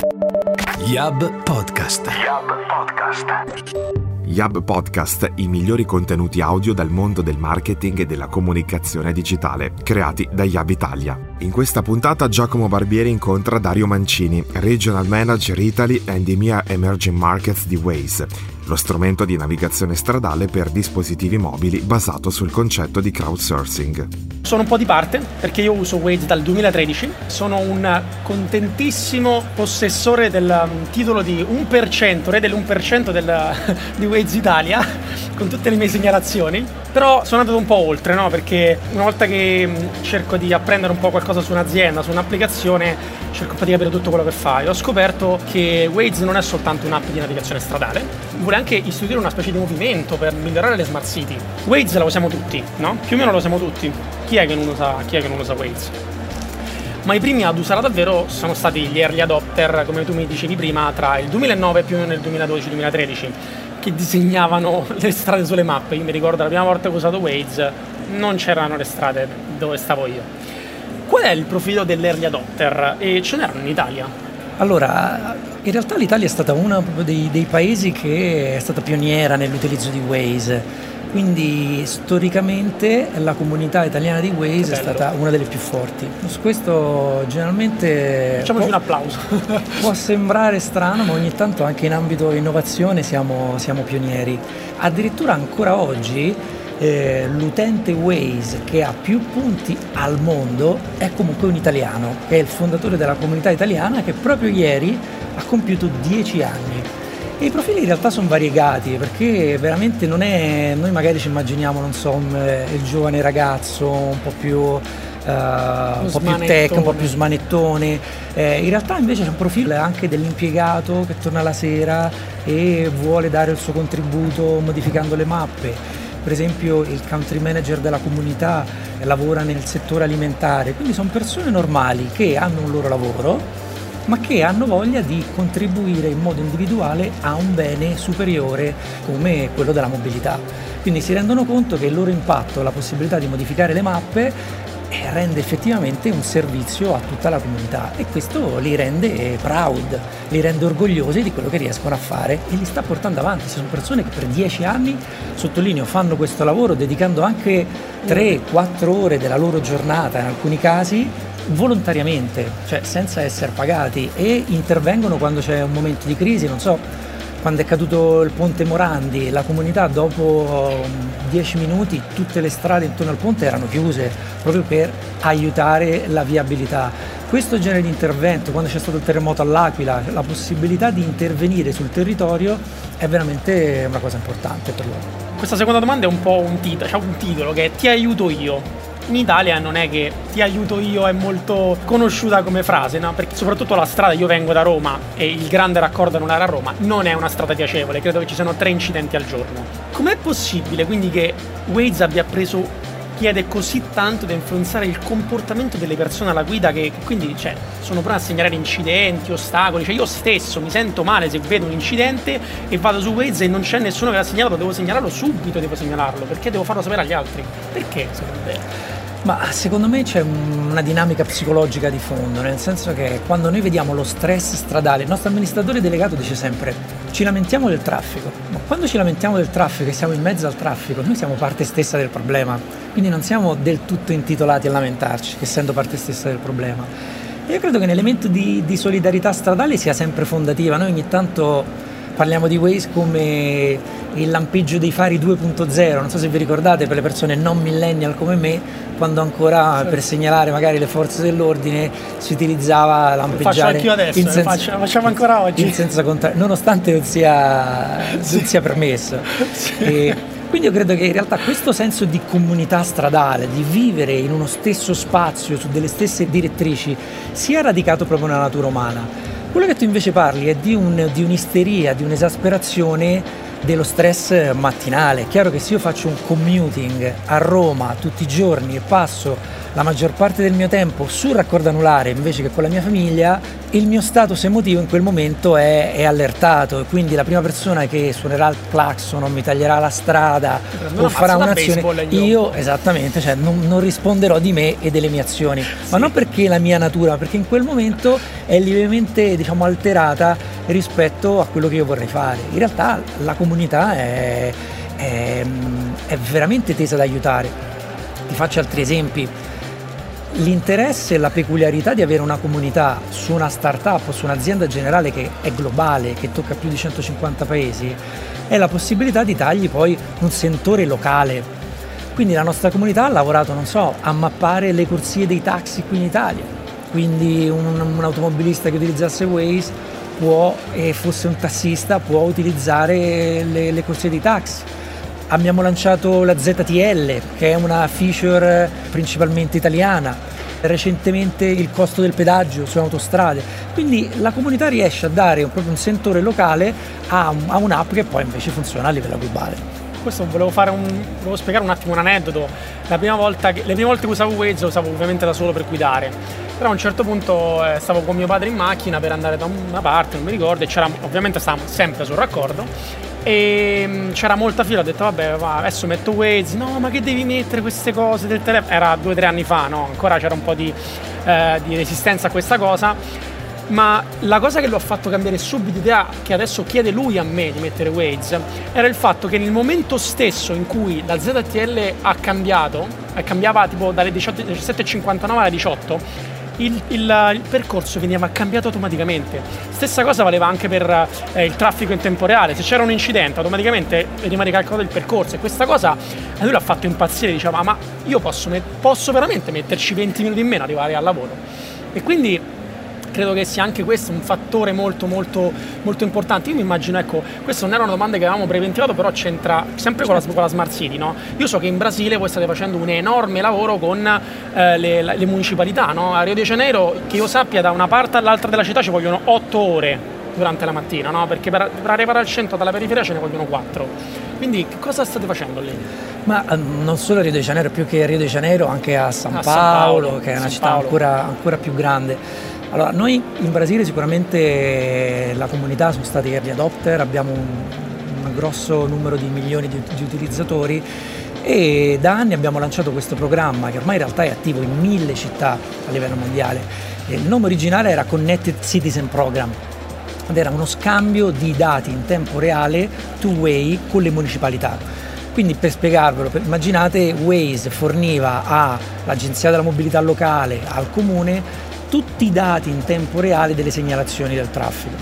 Yab Podcast. Yab Podcast, i migliori contenuti audio dal mondo del marketing e della comunicazione digitale, creati da Yab Italia. In questa puntata Giacomo Barbieri incontra Dario Mancini, Regional Manager Italy and EMEA Emerging Markets di Waze, lo strumento di navigazione stradale per dispositivi mobili basato sul concetto di crowdsourcing. Sono un po' di parte perché io uso Waze dal 2013, sono un contentissimo possessore del titolo di 1%, re dell'1% di Waze Italia, con tutte le mie segnalazioni, però sono andato un po' oltre, no? Perché una volta che cerco di apprendere un po' qualcosa su un'azienda, su un'applicazione, cerco un po' di capire tutto quello che fa e ho scoperto che Waze non è soltanto un'app di navigazione stradale, vuole anche istituire una specie di movimento per migliorare le smart city. Waze la usiamo tutti, no? Più o meno la usiamo tutti. Chi è che non usa Waze? Ma i primi ad usarla davvero sono stati gli early adopter, come tu mi dicevi prima, tra il 2009 e più o meno il 2012-2013, che disegnavano le strade sulle mappe. Io mi ricordo la prima volta che ho usato Waze, non c'erano le strade dove stavo io. Qual è il profilo dell'early adopter? E ce n'erano in Italia? Allora, in realtà l'Italia è stata uno dei paesi che è stata pioniera nell'utilizzo di Waze. Quindi storicamente la comunità italiana di Waze è stata una delle più forti. Su questo generalmente facciamoci un applauso. Può sembrare strano, ma ogni tanto anche in ambito innovazione siamo pionieri. Addirittura ancora oggi l'utente Waze che ha più punti al mondo è comunque un italiano, che è il fondatore della comunità italiana, che proprio ieri ha compiuto 10 anni. E i profili in realtà sono variegati, perché veramente non è, noi magari ci immaginiamo, non so, il giovane ragazzo un po' più tech, un po' più smanettone. In realtà invece c'è un profilo anche dell'impiegato che torna la sera e vuole dare il suo contributo modificando le mappe. Per esempio il country manager della comunità lavora nel settore alimentare, quindi sono persone normali che hanno un loro lavoro ma che hanno voglia di contribuire in modo individuale a un bene superiore come quello della mobilità. Quindi si rendono conto che il loro impatto, la possibilità di modificare le mappe, rende effettivamente un servizio a tutta la comunità, e questo li rende proud, li rende orgogliosi di quello che riescono a fare e li sta portando avanti. Ci sono persone che per 10 anni, sottolineo, fanno questo lavoro dedicando anche 3-4 ore della loro giornata in alcuni casi volontariamente, cioè senza essere pagati, e intervengono quando c'è un momento di crisi. Non so, quando è caduto il ponte Morandi, la comunità dopo 10 minuti tutte le strade intorno al ponte erano chiuse proprio per aiutare la viabilità. Questo genere di intervento, quando c'è stato il terremoto all'Aquila, la possibilità di intervenire sul territorio è veramente una cosa importante per loro. Questa seconda domanda è un po' un titolo che è "Ti aiuto io". In Italia non è che "ti aiuto io" è molto conosciuta come frase, no? Perché soprattutto la strada, io vengo da Roma e il grande raccordo anulare a Roma non è una strada piacevole, credo che ci siano 3 incidenti al giorno. Com'è possibile quindi che Waze abbia chiede così tanto da influenzare il comportamento delle persone alla guida, che quindi sono pronti a segnalare incidenti, ostacoli? Io stesso mi sento male se vedo un incidente e vado su Waze e non c'è nessuno che l'ha segnalato, devo segnalarlo subito, devo segnalarlo perché devo farlo sapere agli altri. Perché secondo te? Ma secondo me c'è una dinamica psicologica di fondo, nel senso che quando noi vediamo lo stress stradale, il nostro amministratore delegato dice sempre: ci lamentiamo del traffico, ma quando ci lamentiamo del traffico e siamo in mezzo al traffico, noi siamo parte stessa del problema, quindi non siamo del tutto intitolati a lamentarci, essendo parte stessa del problema. E io credo che un elemento di solidarietà stradale sia sempre fondativa. Noi ogni tanto parliamo di Waze come il lampeggio dei fari 2.0, non so se vi ricordate, per le persone non millennial come me, quando ancora per segnalare magari le forze dell'ordine si utilizzava lampeggiare. Lo faccio anch'io adesso, lo facciamo ancora oggi. In senso contrario, nonostante non sia permesso. Sì. Quindi io credo che in realtà questo senso di comunità stradale, di vivere in uno stesso spazio, su delle stesse direttrici, sia radicato proprio nella natura umana. Quello che tu invece parli è di un'isteria, di un'esasperazione dello stress mattinale. È chiaro che se io faccio un commuting a Roma tutti i giorni e passo la maggior parte del mio tempo sul raccordo anulare invece che con la mia famiglia, il mio status emotivo in quel momento è allertato, e quindi la prima persona che suonerà il clacson o mi taglierà la strada o farà un'azione, io esattamente, cioè non risponderò di me e delle mie azioni, sì. Ma non perché la mia natura, ma perché in quel momento è lievemente, diciamo, alterata rispetto a quello che io vorrei fare. In realtà la comunità è veramente tesa ad aiutare. Ti faccio altri esempi. L'interesse e la peculiarità di avere una comunità su una startup o su un'azienda generale che è globale, che tocca più di 150 paesi, è la possibilità di dargli poi un sentore locale. Quindi la nostra comunità ha lavorato, non so, a mappare le corsie dei taxi qui in Italia. Quindi un automobilista che utilizzasse Waze può, e fosse un tassista, può utilizzare le corsie dei taxi. Abbiamo lanciato la ZTL, che è una feature principalmente italiana, recentemente il costo del pedaggio sulle autostrade, quindi la comunità riesce a dare proprio un sentore locale a un'app che poi invece funziona a livello globale. Questo volevo spiegare un attimo un aneddoto. Le prime volte che usavo Waze lo usavo ovviamente da solo per guidare, però a un certo punto stavo con mio padre in macchina per andare da una parte, non mi ricordo, e ovviamente stavamo sempre sul raccordo e c'era molta fila. Ho detto vabbè, adesso metto Waze. No, ma che devi mettere queste cose del telefono? Era 2 o 3 anni fa, no? Ancora c'era un po' di resistenza a questa cosa, ma la cosa che lo ha fatto cambiare subito idea, che adesso chiede lui a me di mettere Waze, era il fatto che nel momento stesso in cui la ZTL cambiava tipo dalle 17.59 alle 18, il percorso veniva cambiato automaticamente. Stessa cosa valeva anche per il traffico in tempo reale. Se c'era un incidente automaticamente veniva ricalcolato il percorso, e questa cosa a lui l'ha fatto impazzire. Diceva ma io posso veramente metterci 20 minuti in meno ad arrivare al lavoro. E quindi credo che sia anche questo un fattore molto molto molto importante. Io mi immagino, ecco, questa non era una domanda che avevamo preventivato, però c'entra sempre con la Smart City, no? Io so che in Brasile voi state facendo un enorme lavoro con le municipalità, no? A Rio de Janeiro, che io sappia, da una parte all'altra della città ci vogliono 8 ore durante la mattina, no? Perché per arrivare al centro dalla periferia ce ne vogliono 4. Quindi che cosa state facendo lì? Ma non solo a Rio de Janeiro, più che a Rio de Janeiro anche a San Paolo, che è una città ancora più grande. Allora, noi in Brasile sicuramente la comunità sono stati early adopter, abbiamo un grosso numero di milioni di utilizzatori, e da anni abbiamo lanciato questo programma che ormai in realtà è attivo in 1000 città a livello mondiale. Il nome originale era Connected Citizen Program ed era uno scambio di dati in tempo reale two-way con le municipalità. Quindi, per spiegarvelo, immaginate Waze forniva all'Agenzia della Mobilità Locale, al comune, tutti i dati in tempo reale delle segnalazioni del traffico,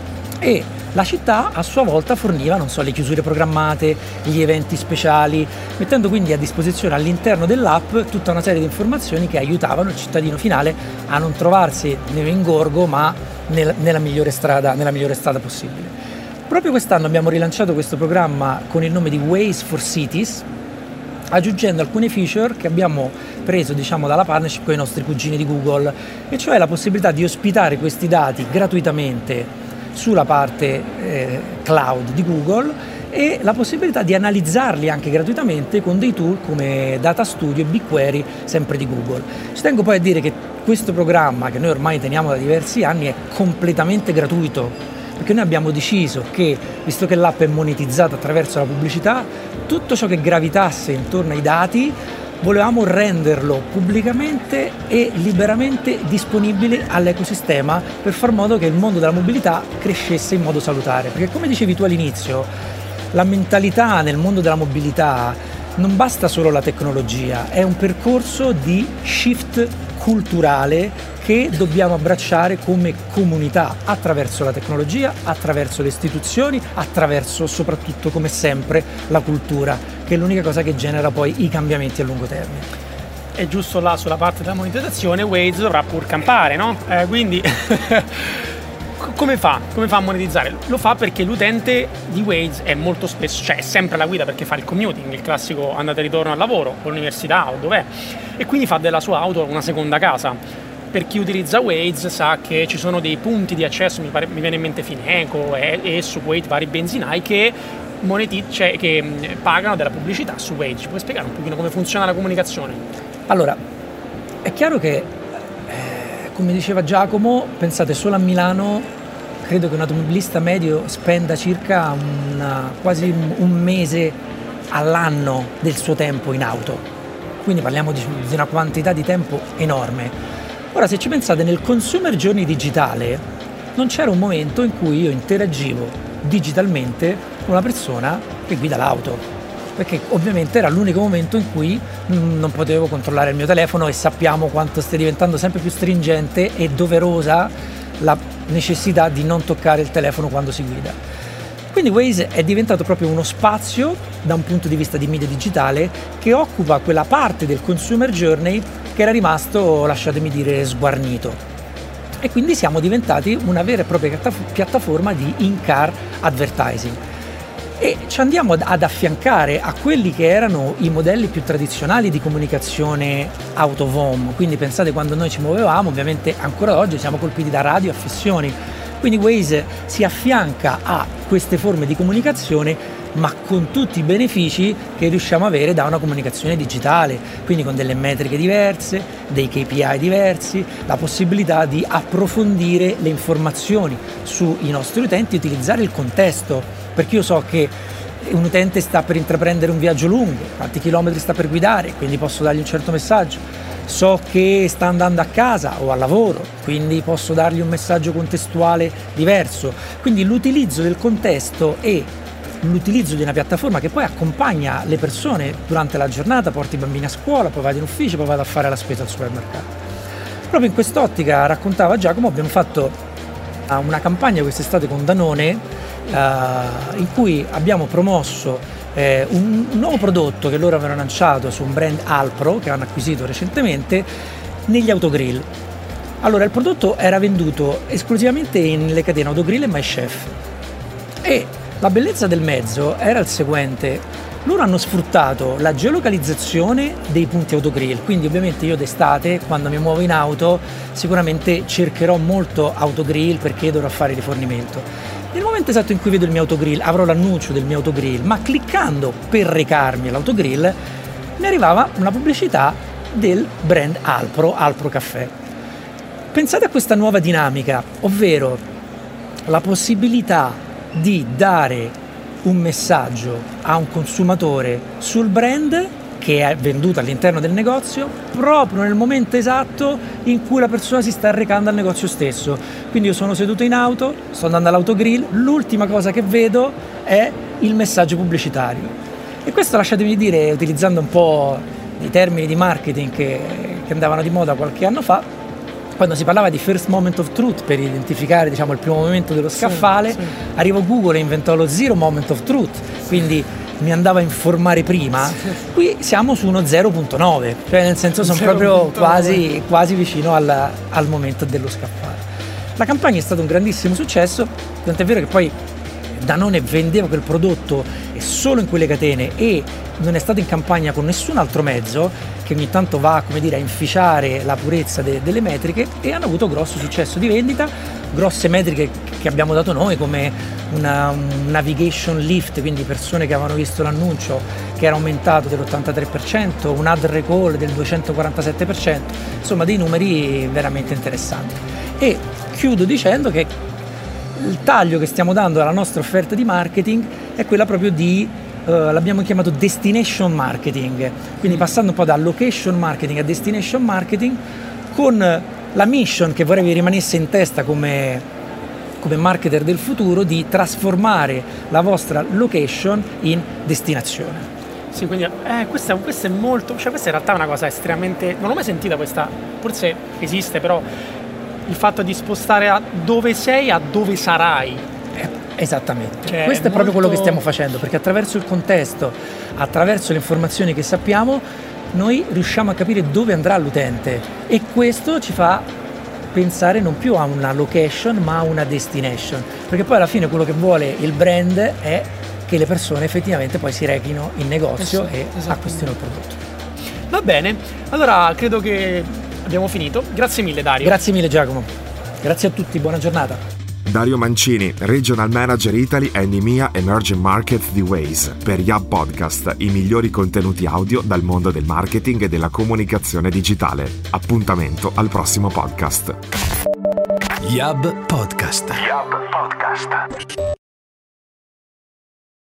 e la città a sua volta forniva, non so, le chiusure programmate, gli eventi speciali, mettendo quindi a disposizione all'interno dell'app tutta una serie di informazioni che aiutavano il cittadino finale a non trovarsi nell'ingorgo, ma nella migliore strada possibile. Proprio quest'anno abbiamo rilanciato questo programma con il nome di Waze for Cities, aggiungendo alcune feature che abbiamo preso, diciamo, dalla partnership con i nostri cugini di Google, e cioè la possibilità di ospitare questi dati gratuitamente sulla parte cloud di Google, e la possibilità di analizzarli anche gratuitamente con dei tool come Data Studio e BigQuery, sempre di Google. Ci tengo poi a dire che questo programma, che noi ormai teniamo da diversi anni, è completamente gratuito, perché noi abbiamo deciso che, visto che l'app è monetizzata attraverso la pubblicità, tutto ciò che gravitasse intorno ai dati volevamo renderlo pubblicamente e liberamente disponibile all'ecosistema, per far modo che il mondo della mobilità crescesse in modo salutare. Perché, come dicevi tu all'inizio, la mentalità nel mondo della mobilità non basta solo la tecnologia, è un percorso di shift culturale che dobbiamo abbracciare come comunità, attraverso la tecnologia, attraverso le istituzioni, attraverso soprattutto, come sempre, la cultura, che è l'unica cosa che genera poi i cambiamenti a lungo termine. E giusto là sulla parte della monetizzazione Waze dovrà pur campare, no? Quindi come fa a monetizzare? Lo fa perché l'utente di Waze è molto spesso, cioè è sempre alla guida perché fa il commuting, il classico andata e ritorno al lavoro, all'università o dov'è, e quindi fa della sua auto una seconda casa. Per chi utilizza Waze sa che ci sono dei punti di accesso, mi viene in mente Fineco e su Kuwait vari benzinai, che che pagano della pubblicità su Waze. Ci puoi spiegare un pochino come funziona la comunicazione? Allora, è chiaro che, come diceva Giacomo, pensate solo a Milano, credo che un automobilista medio spenda circa quasi un mese all'anno del suo tempo in auto, quindi parliamo di una quantità di tempo enorme. Ora, se ci pensate, nel consumer journey digitale non c'era un momento in cui io interagivo digitalmente con una persona che guida l'auto, perché ovviamente era l'unico momento in cui non potevo controllare il mio telefono, e sappiamo quanto stia diventando sempre più stringente e doverosa la necessità di non toccare il telefono quando si guida. Quindi Waze è diventato proprio uno spazio, da un punto di vista di media digitale, che occupa quella parte del consumer journey che era rimasto, lasciatemi dire, sguarnito. E quindi siamo diventati una vera e propria piattaforma di in-car advertising. E ci andiamo ad affiancare a quelli che erano i modelli più tradizionali di comunicazione out of home. Quindi pensate, quando noi ci muovevamo, ovviamente ancora oggi siamo colpiti da radio affissioni, quindi Waze si affianca a queste forme di comunicazione, ma con tutti i benefici che riusciamo a avere da una comunicazione digitale, quindi con delle metriche diverse, dei KPI diversi, la possibilità di approfondire le informazioni sui nostri utenti e utilizzare il contesto, perché io so che un utente sta per intraprendere un viaggio lungo, quanti chilometri sta per guidare, quindi posso dargli un certo messaggio. So che sta andando a casa o al lavoro, quindi posso dargli un messaggio contestuale diverso. Quindi l'utilizzo del contesto e l'utilizzo di una piattaforma che poi accompagna le persone durante la giornata, porta i bambini a scuola, poi vado in ufficio, poi vado a fare la spesa al supermercato. Proprio in quest'ottica, raccontava Giacomo, abbiamo fatto una campagna quest'estate con Danone, in cui abbiamo promosso un nuovo prodotto che loro avevano lanciato su un brand Alpro, che hanno acquisito recentemente, negli autogrill. Allora, il prodotto era venduto esclusivamente nelle catene Autogrill e MyChef, e la bellezza del mezzo era il seguente: loro hanno sfruttato la geolocalizzazione dei punti autogrill, quindi ovviamente io d'estate, quando mi muovo in auto, sicuramente cercherò molto autogrill perché dovrò fare rifornimento. Nel momento esatto in cui vedo il mio autogrill, avrò l'annuncio del mio autogrill, ma cliccando per recarmi all'autogrill mi arrivava una pubblicità del brand Alpro Caffè. Pensate a questa nuova dinamica, ovvero la possibilità di dare un messaggio a un consumatore sul brand che è venduto all'interno del negozio proprio nel momento esatto in cui la persona si sta recando al negozio stesso. Quindi io sono seduto in auto, sto andando all'autogrill, l'ultima cosa che vedo è il messaggio pubblicitario. E questo, lasciatemi dire, utilizzando un po' i termini di marketing che andavano di moda qualche anno fa, quando si parlava di first moment of truth per identificare, diciamo, il primo momento dello scaffale, sì. Arrivò Google e inventò lo zero moment of truth, quindi mi andava a informare prima. Qui siamo su uno 0.9, cioè nel senso sono 0. proprio quasi vicino al momento dello scaffale. La campagna è stato un grandissimo successo, tant'è vero che poi Danone vendeva quel prodotto solo in quelle catene e non è stato in campagna con nessun altro mezzo, che ogni tanto va, come dire, a inficiare la purezza delle metriche, e hanno avuto grosso successo di vendita, grosse metriche che abbiamo dato noi, come un navigation lift, quindi persone che avevano visto l'annuncio che era aumentato dell'83%, un ad recall del 247%, insomma dei numeri veramente interessanti. E chiudo dicendo che il taglio che stiamo dando alla nostra offerta di marketing è quella proprio di l'abbiamo chiamato destination marketing, quindi passando un po' da location marketing a destination marketing, con la mission che vorrei vi rimanesse in testa come marketer del futuro, di trasformare la vostra location in destinazione. Sì, quindi questa è molto, cioè questa in realtà è una cosa estremamente, non l'ho mai sentita questa, forse esiste, però il fatto di spostare a dove sei a dove sarai. Esattamente, cioè, questo è proprio quello che stiamo facendo, perché attraverso il contesto, attraverso le informazioni che sappiamo, noi riusciamo a capire dove andrà l'utente, e questo ci fa pensare non più a una location ma a una destination, perché poi alla fine quello che vuole il brand è che le persone effettivamente poi si rechino in negozio e acquistino il prodotto. Va bene, allora credo che abbiamo finito. Grazie mille, Dario. Grazie mille, Giacomo. Grazie a tutti, buona giornata. Dario Mancini, Regional Manager Italy and EMEA Emerging Markets di Waze, per Yab Podcast, i migliori contenuti audio dal mondo del marketing e della comunicazione digitale. Appuntamento al prossimo podcast. Yab Podcast.